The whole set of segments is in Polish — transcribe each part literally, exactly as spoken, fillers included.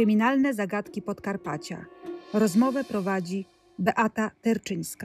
Kryminalne zagadki Podkarpacia. Rozmowę prowadzi Beata Terczyńska.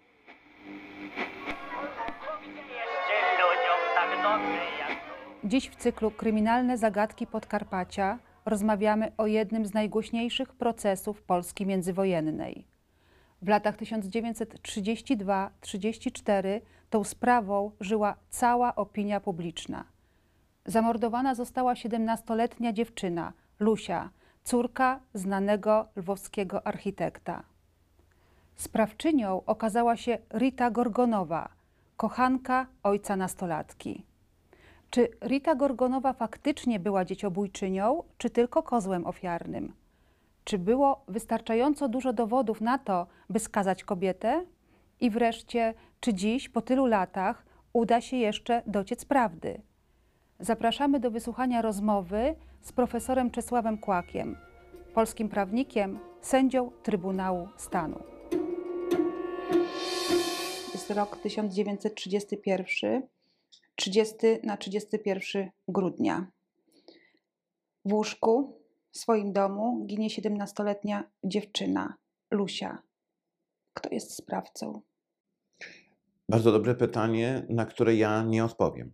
Dziś w cyklu Kryminalne zagadki Podkarpacia rozmawiamy o jednym z najgłośniejszych procesów Polski międzywojennej. W latach tysiąc dziewięćset trzydziestym drugim do trzydziestego czwartego tą sprawą żyła cała opinia publiczna. Zamordowana została siedemnastoletnia dziewczyna, Lusia, córka znanego lwowskiego architekta. Sprawczynią okazała się Rita Gorgonowa, kochanka ojca nastolatki. Czy Rita Gorgonowa faktycznie była dzieciobójczynią, czy tylko kozłem ofiarnym? Czy było wystarczająco dużo dowodów na to, by skazać kobietę? I wreszcie, czy dziś, po tylu latach, uda się jeszcze dociec prawdy? Zapraszamy do wysłuchania rozmowy z profesorem Czesławem Kłakiem, polskim prawnikiem, sędzią Trybunału Stanu. Jest rok tysiąc dziewięćset trzydziesty pierwszy, trzydziesty na trzydziesty pierwszy grudnia. W łóżku w swoim domu ginie siedemnastoletnia dziewczyna, Lusia. Kto jest sprawcą? Bardzo dobre pytanie, na które ja nie odpowiem.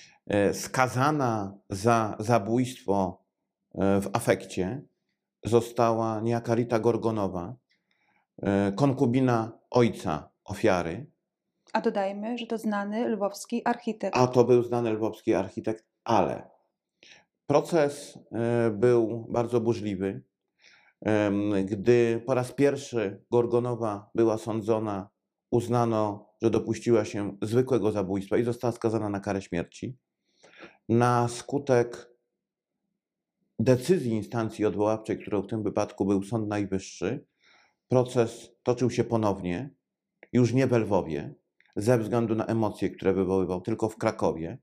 Skazana za zabójstwo w afekcie została niejaka Rita Gorgonowa, konkubina ojca ofiary. A dodajmy, że to znany lwowski architekt. A to był znany lwowski architekt, ale proces był bardzo burzliwy. Gdy po raz pierwszy Gorgonowa była sądzona, uznano, że dopuściła się zwykłego zabójstwa i została skazana na karę śmierci. Na skutek decyzji instancji odwoławczej, którą w tym wypadku był Sąd Najwyższy, proces toczył się ponownie, już nie w Lwowie, ze względu na emocje, które wywoływał, tylko w Krakowie.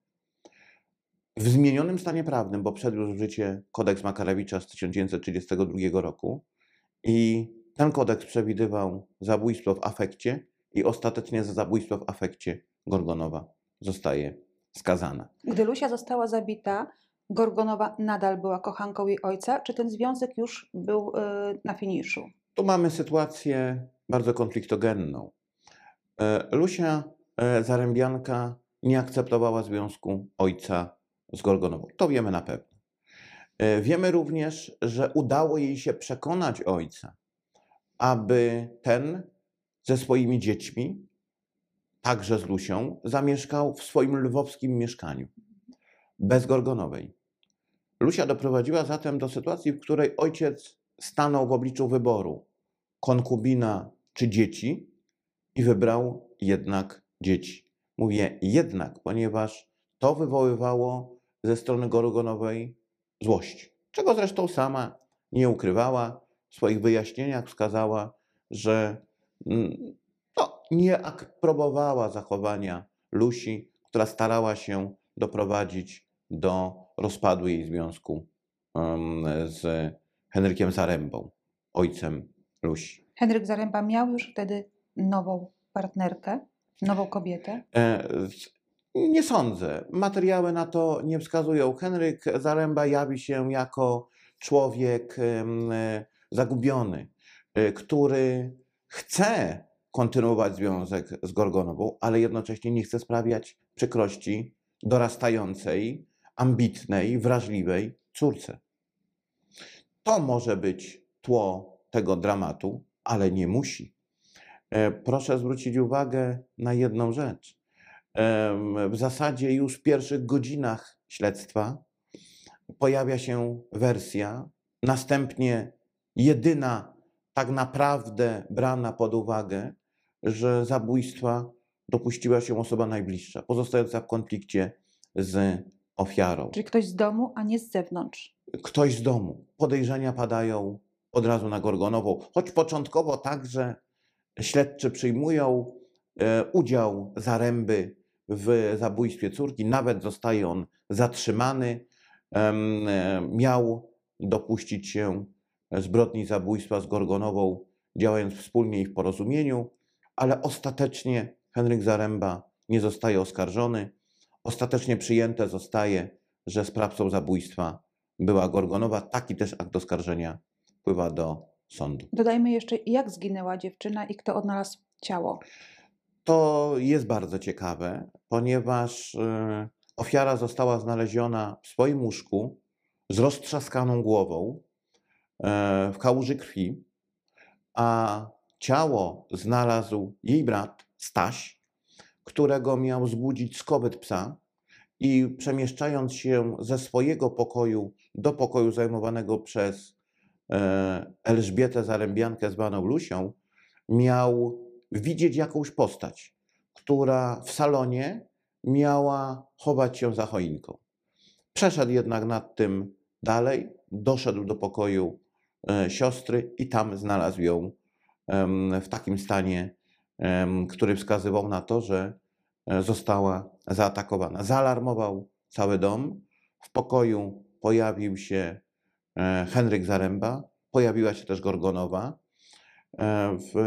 W zmienionym stanie prawnym, bo wszedł już w życie kodeks Makarewicza z tysiąc dziewięćset trzydziestego drugiego roku i ten kodeks przewidywał zabójstwo w afekcie i ostatecznie za zabójstwo w afekcie Gorgonowa zostaje skazana. Gdy Lusia została zabita, Gorgonowa nadal była kochanką jej ojca, czy ten związek już był yy, na finiszu? Tu mamy sytuację bardzo konfliktogenną. Lusia Zarębianka nie akceptowała związku ojca z Gorgonową. To wiemy na pewno. Wiemy również, że udało jej się przekonać ojca, aby ten ze swoimi dziećmi, także z Lusią, zamieszkał w swoim lwowskim mieszkaniu, bez Gorgonowej. Lusia doprowadziła zatem do sytuacji, w której ojciec stanął w obliczu wyboru konkubina czy dzieci i wybrał jednak dzieci. Mówię jednak, ponieważ to wywoływało ze strony Gorgonowej złość, czego zresztą sama nie ukrywała. W swoich wyjaśnieniach wskazała, że no, nie aprobowała zachowania Lusi, która starała się doprowadzić do rozpadu jej związku um, z Henrykiem Zarębą, ojcem Lusi. Henryk Zaręba miał już wtedy nową partnerkę, nową kobietę? E, nie sądzę. Materiały na to nie wskazują. Henryk Zaręba jawi się jako człowiek e, zagubiony, e, który chce kontynuować związek z Gorgonową, ale jednocześnie nie chce sprawiać przykrości dorastającej, ambitnej, wrażliwej córce. To może być tło tego dramatu, ale nie musi. Proszę zwrócić uwagę na jedną rzecz. W zasadzie już w pierwszych godzinach śledztwa pojawia się wersja, następnie jedyna tak naprawdę brana pod uwagę, że zabójstwa dopuściła się osoba najbliższa, pozostająca w konflikcie z ofiarą. Czyli ktoś z domu, a nie z zewnątrz. Ktoś z domu. Podejrzenia padają od razu na Gorgonową, choć początkowo także śledczy przyjmują e, udział Zaręby w zabójstwie córki, nawet zostaje on zatrzymany. E, miał dopuścić się zbrodni zabójstwa z Gorgonową, działając wspólnie i w porozumieniu, ale ostatecznie Henryk Zaręba nie zostaje oskarżony. Ostatecznie przyjęte zostaje, że sprawcą zabójstwa była Gorgonowa. Taki też akt oskarżenia wpływa do sądu. Dodajmy jeszcze, jak zginęła dziewczyna i kto odnalazł ciało. To jest bardzo ciekawe, ponieważ e, ofiara została znaleziona w swoim łóżku z roztrzaskaną głową e, w kałuży krwi, a ciało znalazł jej brat Staś, którego miał zbudzić z kopyt psa i przemieszczając się ze swojego pokoju do pokoju zajmowanego przez e, Elżbietę Zarębiankę zwaną Lusią, miał widzieć jakąś postać, która w salonie miała chować się za choinką. Przeszedł jednak nad tym dalej, doszedł do pokoju e, siostry i tam znalazł ją em, w takim stanie, em, który wskazywał na to, że e, została zaatakowana. Zaalarmował cały dom. W pokoju pojawił się e, Henryk Zaręba, pojawiła się też Gorgonowa. E, w,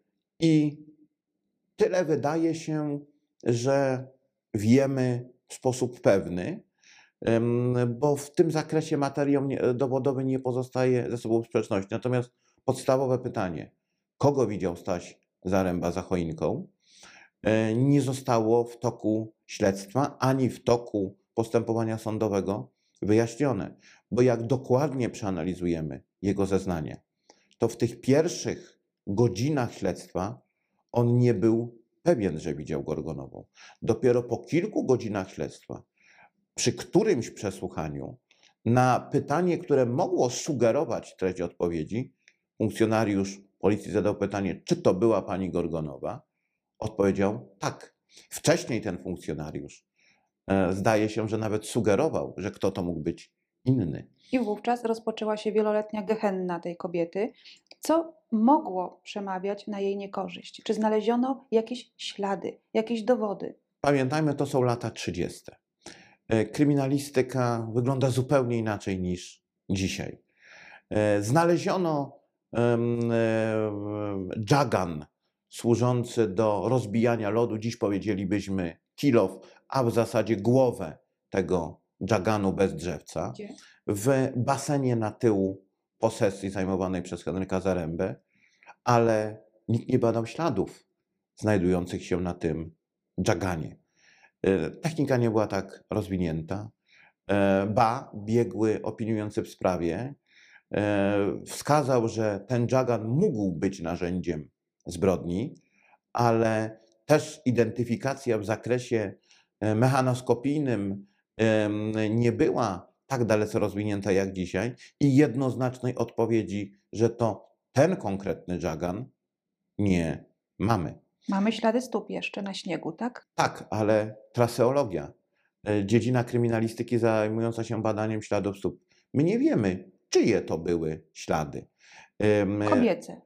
I tyle wydaje się, że wiemy w sposób pewny, em, bo w tym zakresie materiał nie- dowodowy nie pozostaje ze sobą w sprzeczności. Natomiast podstawowe pytanie, kogo widział Staś Zaręba za choinką, e, nie zostało w toku śledztwa ani w toku postępowania sądowego wyjaśnione. Bo jak dokładnie przeanalizujemy jego zeznania, to w tych pierwszych godzinach śledztwa on nie był pewien, że widział Gorgonową. Dopiero po kilku godzinach śledztwa, przy którymś przesłuchaniu, na pytanie, które mogło sugerować treść odpowiedzi, funkcjonariusz policji zadał pytanie, czy to była pani Gorgonowa? Odpowiedział tak. Wcześniej ten funkcjonariusz e, zdaje się, że nawet sugerował, że kto to mógł być inny. I wówczas rozpoczęła się wieloletnia gehenna tej kobiety, co mogło przemawiać na jej niekorzyść. Czy znaleziono jakieś ślady, jakieś dowody? Pamiętajmy, to są lata trzydzieste. E, Kryminalistyka wygląda zupełnie inaczej niż dzisiaj. E, Znaleziono em, e, dżagan służący do rozbijania lodu. Dziś powiedzielibyśmy kilof, a w zasadzie głowę tego dżaganu bez drzewca Gdzie? w basenie na tył posesji zajmowanej przez Henryka Zarębę, ale nikt nie badał śladów znajdujących się na tym dżaganie. E, Technika nie była tak rozwinięta. E, Ba, biegły opiniujący w sprawie e, wskazał, że ten dżagan mógł być narzędziem zbrodni, ale też identyfikacja w zakresie e, mechanoskopijnym em, nie była tak dalece rozwinięta jak dzisiaj i jednoznacznej odpowiedzi, że to ten konkretny dżagan nie mamy. Mamy ślady stóp jeszcze na śniegu, tak? Tak, ale traseologia, e, dziedzina kryminalistyki zajmująca się badaniem śladów stóp. My nie wiemy, czyje to były ślady. Em, Kobiece.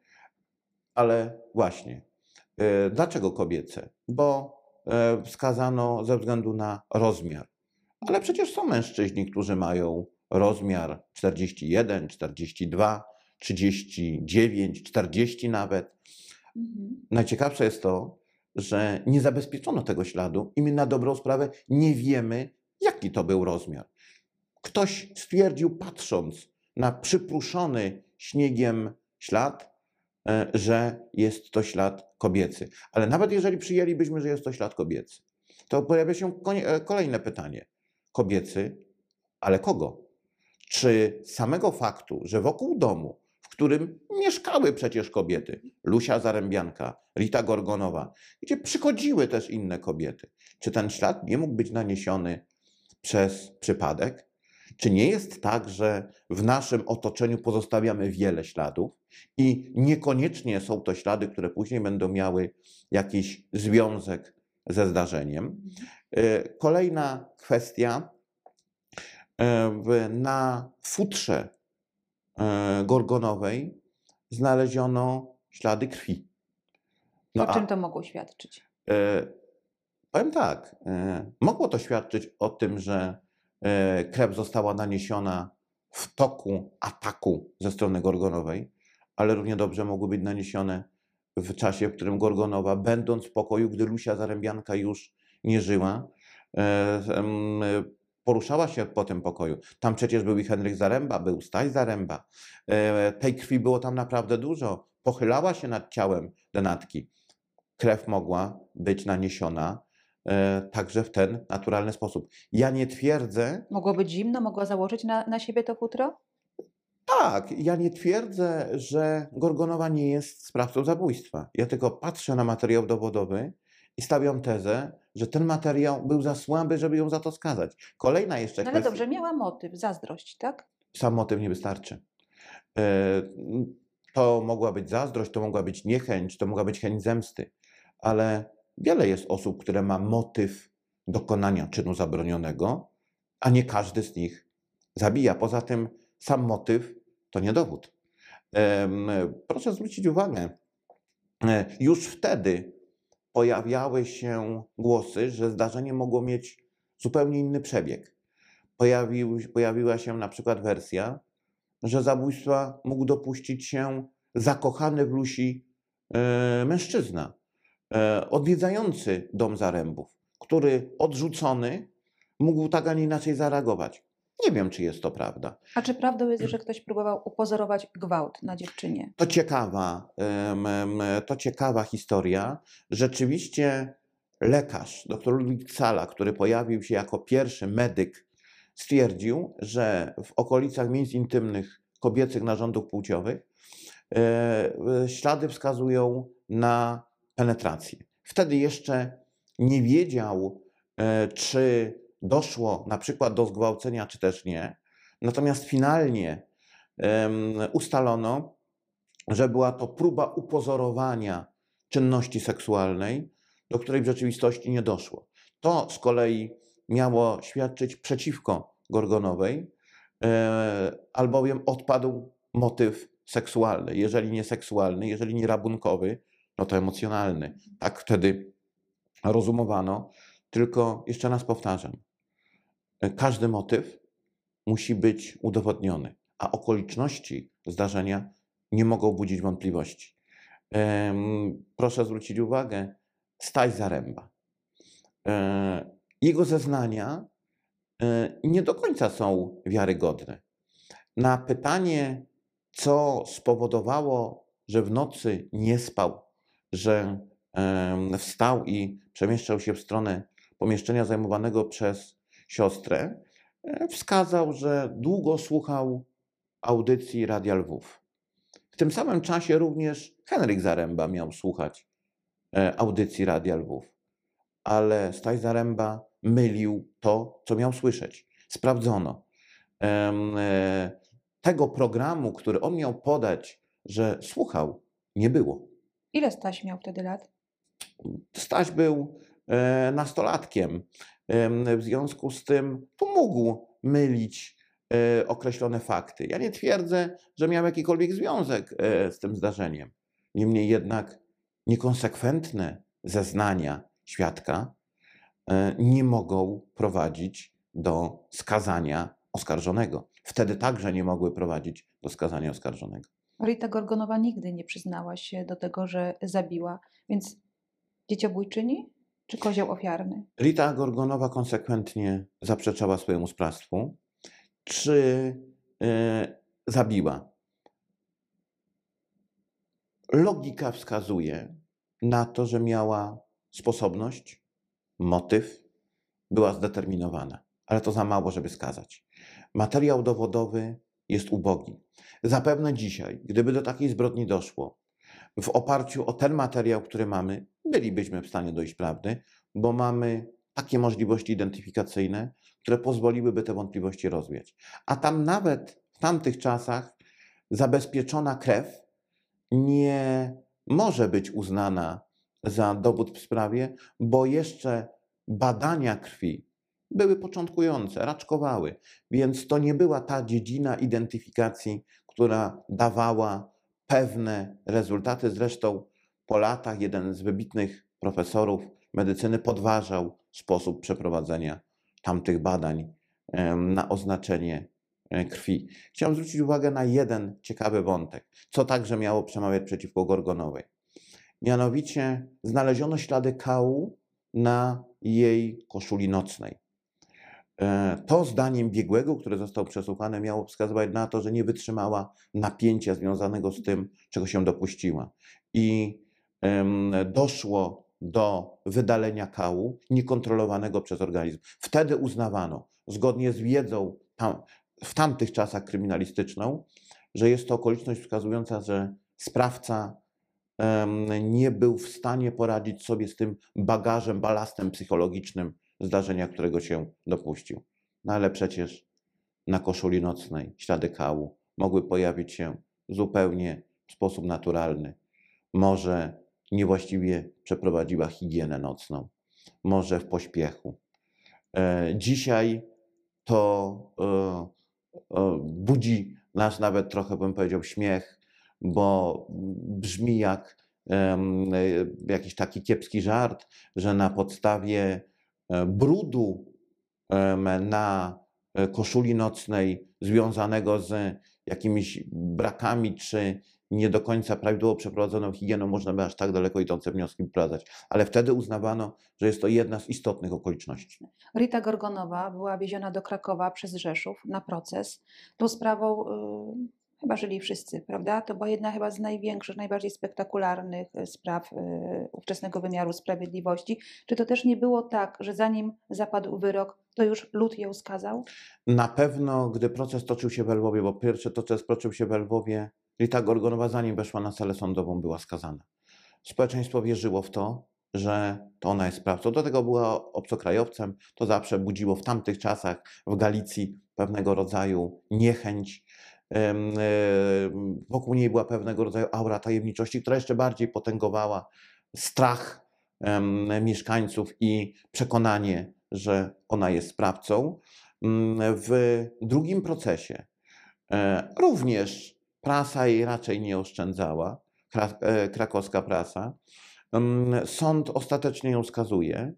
Ale właśnie, e, dlaczego kobiece? Bo e, wskazano ze względu na rozmiar. Ale przecież są mężczyźni, którzy mają rozmiar czterdzieści jeden, czterdzieści dwa, trzydzieści dziewięć, czterdzieści nawet. Mhm. Najciekawsze jest to, że nie zabezpieczono tego śladu i my na dobrą sprawę nie wiemy, jaki to był rozmiar. Ktoś stwierdził, patrząc na przypruszony śniegiem ślad, e, że jest to ślad kobiecy. Ale nawet jeżeli przyjęlibyśmy, że jest to ślad kobiecy, to pojawia się konie- e, kolejne pytanie. Kobiecy, ale kogo? Czy samego faktu, że wokół domu, w którym mieszkały przecież kobiety, Lusia Zarębianka, Rita Gorgonowa, gdzie przychodziły też inne kobiety, czy ten ślad nie mógł być naniesiony przez przypadek? Czy nie jest tak, że w naszym otoczeniu pozostawiamy wiele śladów i niekoniecznie są to ślady, które później będą miały jakiś związek ze zdarzeniem? E, Kolejna kwestia. E, w- Na futrze e, Gorgonowej znaleziono ślady krwi. No O czym a to mogło świadczyć? e, powiem tak, e, mogło to świadczyć o tym, że e, krew została naniesiona w toku ataku ze strony Gorgonowej, ale równie dobrze mogły być naniesione w czasie, w którym Gorgonowa, będąc w pokoju, gdy Lusia Zarębianka już nie żyła, e, em, poruszała się po tym pokoju. Tam przecież był i Henryk Zaręba, był Staś Zaręba. E, tej krwi było tam naprawdę dużo. Pochylała się nad ciałem denatki. Krew mogła być naniesiona e, także w ten naturalny sposób. Ja nie twierdzę, Mogło być zimno, mogła założyć na, na siebie to futro? tak, ja nie twierdzę, że Gorgonowa nie jest sprawcą zabójstwa. Ja tylko patrzę na materiał dowodowy i stawiam tezę, że ten materiał był za słaby, żeby ją za to skazać. Kolejna jeszcze No ale kwestia. dobrze, miała motyw, zazdrość, tak? Sam motyw nie wystarczy. E, To mogła być zazdrość, to mogła być niechęć, to mogła być chęć zemsty, ale wiele jest osób, które ma motyw dokonania czynu zabronionego, a nie każdy z nich zabija. Poza tym sam motyw to nie dowód. Em, Proszę zwrócić uwagę, e, już wtedy pojawiały się głosy, że zdarzenie mogło mieć zupełnie inny przebieg. Pojawił, pojawiła się na przykład wersja, że zabójstwa mógł dopuścić się zakochany w Lusi e, mężczyzna, e, odwiedzający dom Zarębów, który odrzucony mógł tak, a nie inaczej zareagować. Nie wiem, czy jest to prawda. A czy prawdą jest, że ktoś próbował upozorować gwałt na dziewczynie? To ciekawa, em, em, to ciekawa historia. Rzeczywiście lekarz, dr Ludwik Cala, który pojawił się jako pierwszy medyk, stwierdził, że w okolicach miejsc intymnych kobiecych narządów płciowych e, ślady wskazują na penetrację. Wtedy jeszcze nie wiedział, e, czy doszło na przykład do zgwałcenia, czy też nie. Natomiast finalnie em, ustalono, że była to próba upozorowania czynności seksualnej, do której w rzeczywistości nie doszło. To z kolei miało świadczyć przeciwko Gorgonowej, e, albowiem odpadł motyw seksualny. Jeżeli nie seksualny, jeżeli nie rabunkowy, no to emocjonalny. Tak wtedy rozumowano. Tylko jeszcze raz powtarzam, e, każdy motyw musi być udowodniony, a okoliczności zdarzenia nie mogą budzić wątpliwości. Em, Proszę zwrócić uwagę, Staś Zaręba. E, Jego zeznania e, nie do końca są wiarygodne. Na pytanie, co spowodowało, że w nocy nie spał, że em, wstał i przemieszczał się w stronę pomieszczenia zajmowanego przez siostrę, e, wskazał, że długo słuchał audycji Radia Lwów. W tym samym czasie również Henryk Zaręba miał słuchać e, audycji Radia Lwów, ale Staś Zaręba mylił to, co miał słyszeć. Sprawdzono. Em, e, Tego programu, który on miał podać, że słuchał, nie było. Ile Staś miał wtedy lat? Staś był e, nastolatkiem. Em, W związku z tym tu mógł mylić e, określone fakty. Ja nie twierdzę, że miał jakikolwiek związek e, z tym zdarzeniem. Niemniej jednak niekonsekwentne zeznania świadka e, nie mogą prowadzić do skazania oskarżonego. Wtedy także nie mogły prowadzić do skazania oskarżonego. Rita Gorgonowa nigdy nie przyznała się do tego, że zabiła, więc dzieciobójczyni czy kozioł ofiarny? Rita Gorgonowa konsekwentnie zaprzeczała swojemu sprawstwu. Czy e, zabiła? Logika wskazuje na to, że miała sposobność, motyw, była zdeterminowana, ale to za mało, żeby skazać. Materiał dowodowy jest ubogi. Zapewne dzisiaj, gdyby do takiej zbrodni doszło, w oparciu o ten materiał, który mamy, bylibyśmy w stanie dojść prawdy, bo mamy takie możliwości identyfikacyjne, które pozwoliłyby te wątpliwości rozwiać. A tam nawet w tamtych czasach zabezpieczona krew nie może być uznana za dowód w sprawie, bo jeszcze badania krwi były początkujące, raczkowały, więc to nie była ta dziedzina identyfikacji, która dawała pewne rezultaty. Zresztą po latach jeden z wybitnych profesorów medycyny podważał sposób przeprowadzenia tamtych badań em, na oznaczenie e, krwi. Chciałem zwrócić uwagę na jeden ciekawy wątek, co także miało przemawiać przeciwko Gorgonowej. Mianowicie znaleziono ślady kału na jej koszuli nocnej. To zdaniem biegłego, które został przesłuchany, miało wskazywać na to, że nie wytrzymała napięcia związanego z tym, czego się dopuściła. I doszło do wydalenia kału niekontrolowanego przez organizm. Wtedy uznawano, zgodnie z wiedzą tam, w tamtych czasach kryminalistyczną, że jest to okoliczność wskazująca, że sprawca nie był w stanie poradzić sobie z tym bagażem, balastem psychologicznym zdarzenia, którego się dopuścił. No ale przecież na koszuli nocnej ślady kału mogły pojawić się zupełnie w sposób naturalny. Może niewłaściwie przeprowadziła higienę nocną, może w pośpiechu. Dzisiaj to budzi nas nawet trochę, bym powiedział, śmiech, bo brzmi jak jakiś taki kiepski żart, że na podstawie brudu na koszuli nocnej związanego z jakimiś brakami czy nie do końca prawidłowo przeprowadzoną higieną można by aż tak daleko idące wnioski wyprowadzać. Ale wtedy uznawano, że jest to jedna z istotnych okoliczności. Rita Gorgonowa była wieziona do Krakowa przez Rzeszów na proces. Tą sprawą yy, chyba żyli wszyscy, prawda? To była jedna chyba z największych, najbardziej spektakularnych spraw yy, ówczesnego wymiaru sprawiedliwości. Czy to też nie było tak, że zanim zapadł wyrok, to już lud ją skazał? Na pewno, gdy proces toczył się w Lwowie, bo pierwszy proces toczył się w Lwowie, Rita Gorgonowa, zanim weszła na salę sądową, była skazana. Społeczeństwo wierzyło w to, że to ona jest sprawcą. Do tego była obcokrajowcem. To zawsze budziło w tamtych czasach w Galicji pewnego rodzaju niechęć. Wokół niej była pewnego rodzaju aura tajemniczości, która jeszcze bardziej potęgowała strach mieszkańców i przekonanie, że ona jest sprawcą. W drugim procesie również prasa jej raczej nie oszczędzała, krakowska prasa. Sąd ostatecznie ją skazuje.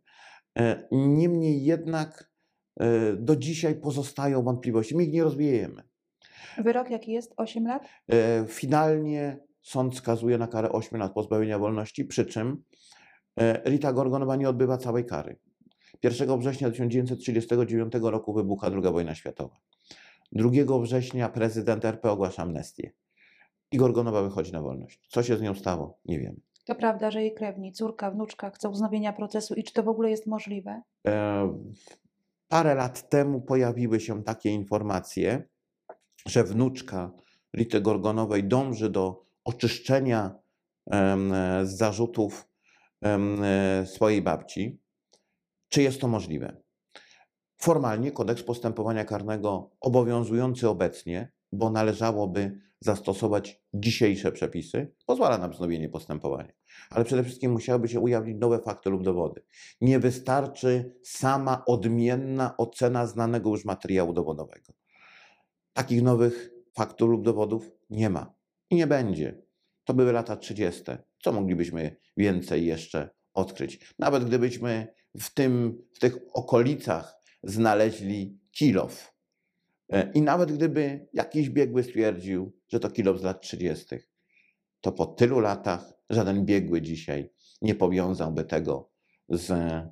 Niemniej jednak do dzisiaj pozostają wątpliwości. My ich nie rozwiejemy. Wyrok jaki jest? osiem lat? Finalnie sąd skazuje na karę ośmiu lat pozbawienia wolności, przy czym Rita Gorgonowa nie odbywa całej kary. pierwszego września tysiąc dziewięćset trzydziestego dziewiątego roku wybucha druga wojna światowa. drugiego września prezydent R P ogłasza amnestię i Gorgonowa wychodzi na wolność. Co się z nią stało? Nie wiemy. To prawda, że jej krewni, córka, wnuczka chcą wznowienia procesu i czy to w ogóle jest możliwe? E, parę lat temu pojawiły się takie informacje, że wnuczka Rity Gorgonowej dąży do oczyszczenia em, z zarzutów em, swojej babci. Czy jest to możliwe? Formalnie kodeks postępowania karnego obowiązujący obecnie, bo należałoby zastosować dzisiejsze przepisy, pozwala na wznowienie postępowania. Ale przede wszystkim musiałyby się ujawnić nowe fakty lub dowody. Nie wystarczy sama odmienna ocena znanego już materiału dowodowego. Takich nowych faktów lub dowodów nie ma i nie będzie. To były lata trzydzieste. Co moglibyśmy więcej jeszcze odkryć? Nawet gdybyśmy w, tym, w tych okolicach znaleźli kilof. I nawet gdyby jakiś biegły stwierdził, że to kilof z lat trzydziestych, to po tylu latach żaden biegły dzisiaj nie powiązałby tego z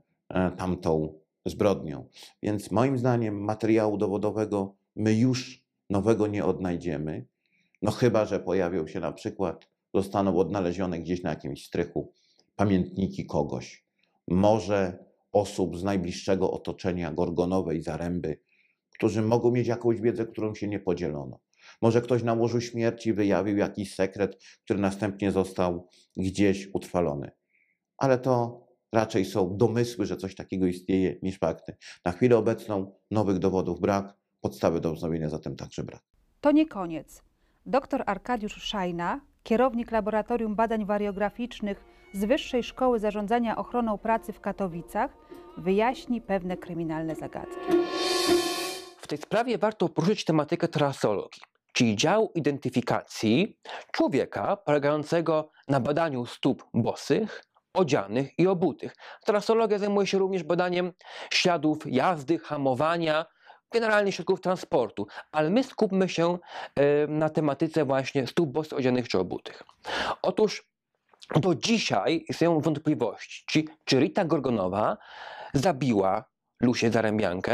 tamtą zbrodnią. Więc moim zdaniem materiału dowodowego my już nowego nie odnajdziemy. No chyba że pojawią się na przykład, zostaną odnalezione gdzieś na jakimś strychu pamiętniki kogoś. Może osób z najbliższego otoczenia Gorgonowej, Zaręby, którzy mogą mieć jakąś wiedzę, którą się nie podzielono. Może ktoś na łożu śmierci wyjawił jakiś sekret, który następnie został gdzieś utrwalony. Ale to raczej są domysły, że coś takiego istnieje, niż fakty. Na chwilę obecną nowych dowodów brak, podstawy do wznowienia zatem także brak. To nie koniec. Doktor Arkadiusz Szajna, kierownik Laboratorium Badań Wariograficznych z Wyższej Szkoły Zarządzania Ochroną Pracy w Katowicach, wyjaśni pewne kryminalne zagadki. W tej sprawie warto poruszyć tematykę trasologii, czyli działu identyfikacji człowieka polegającego na badaniu stóp bosych, odzianych i obutych. Trasologia zajmuje się również badaniem śladów jazdy, hamowania, generalnie środków transportu, ale my skupmy się y, na tematyce właśnie stóp bosych, odzianych czy obutych. Otóż do dzisiaj istnieją wątpliwości, czy, czy Rita Gorgonowa zabiła Lusię Zarębiankę,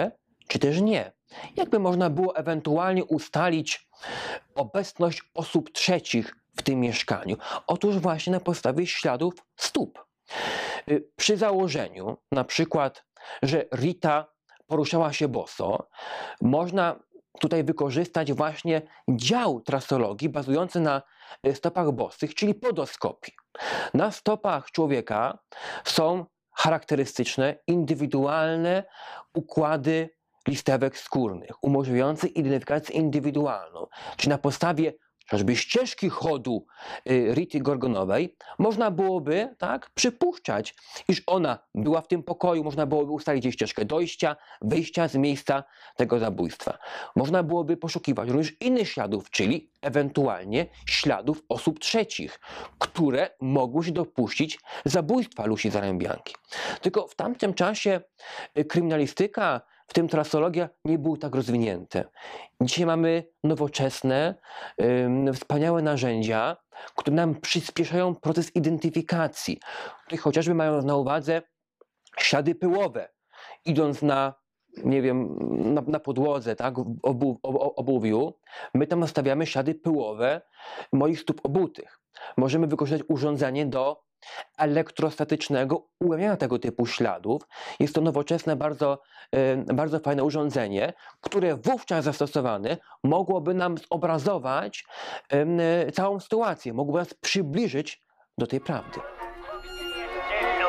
czy też nie? Jakby można było ewentualnie ustalić obecność osób trzecich w tym mieszkaniu? Otóż właśnie na podstawie śladów stóp. Y, Przy założeniu, na przykład, że Rita poruszała się boso, można tutaj wykorzystać właśnie dział trasologii bazujący na y, stopach bosych, czyli podoskopii. Na stopach człowieka są charakterystyczne, indywidualne układy listewek skórnych, umożliwiające identyfikację indywidualną. Czyli na podstawie chociażby ścieżki chodu y, Rity Gorgonowej można byłoby tak przypuszczać, iż ona była w tym pokoju, można byłoby ustalić jej ścieżkę dojścia, wyjścia z miejsca tego zabójstwa. Można byłoby poszukiwać również innych śladów, czyli ewentualnie śladów osób trzecich, które mogły się dopuścić zabójstwa Lusi Zarębianki. Tylko w tamtym czasie y, kryminalistyka, w tym trasologia, nie były tak rozwinięte. Dzisiaj mamy nowoczesne, ym, wspaniałe narzędzia, które nam przyspieszają proces identyfikacji. Tutaj chociażby mają na uwadze ślady pyłowe. Idąc na, nie wiem, na, na podłodze, tak, w obu, o, obuwiu, my tam stawiamy ślady pyłowe moich stóp obutych. Możemy wykorzystać urządzenie do elektrostatycznego ujawniania tego typu śladów. Jest to nowoczesne, bardzo, bardzo fajne urządzenie, które wówczas zastosowane mogłoby nam zobrazować całą sytuację, mogłoby nas przybliżyć do tej prawdy.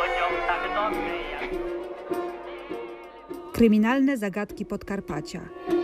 Kryminalne zagadki Podkarpacia.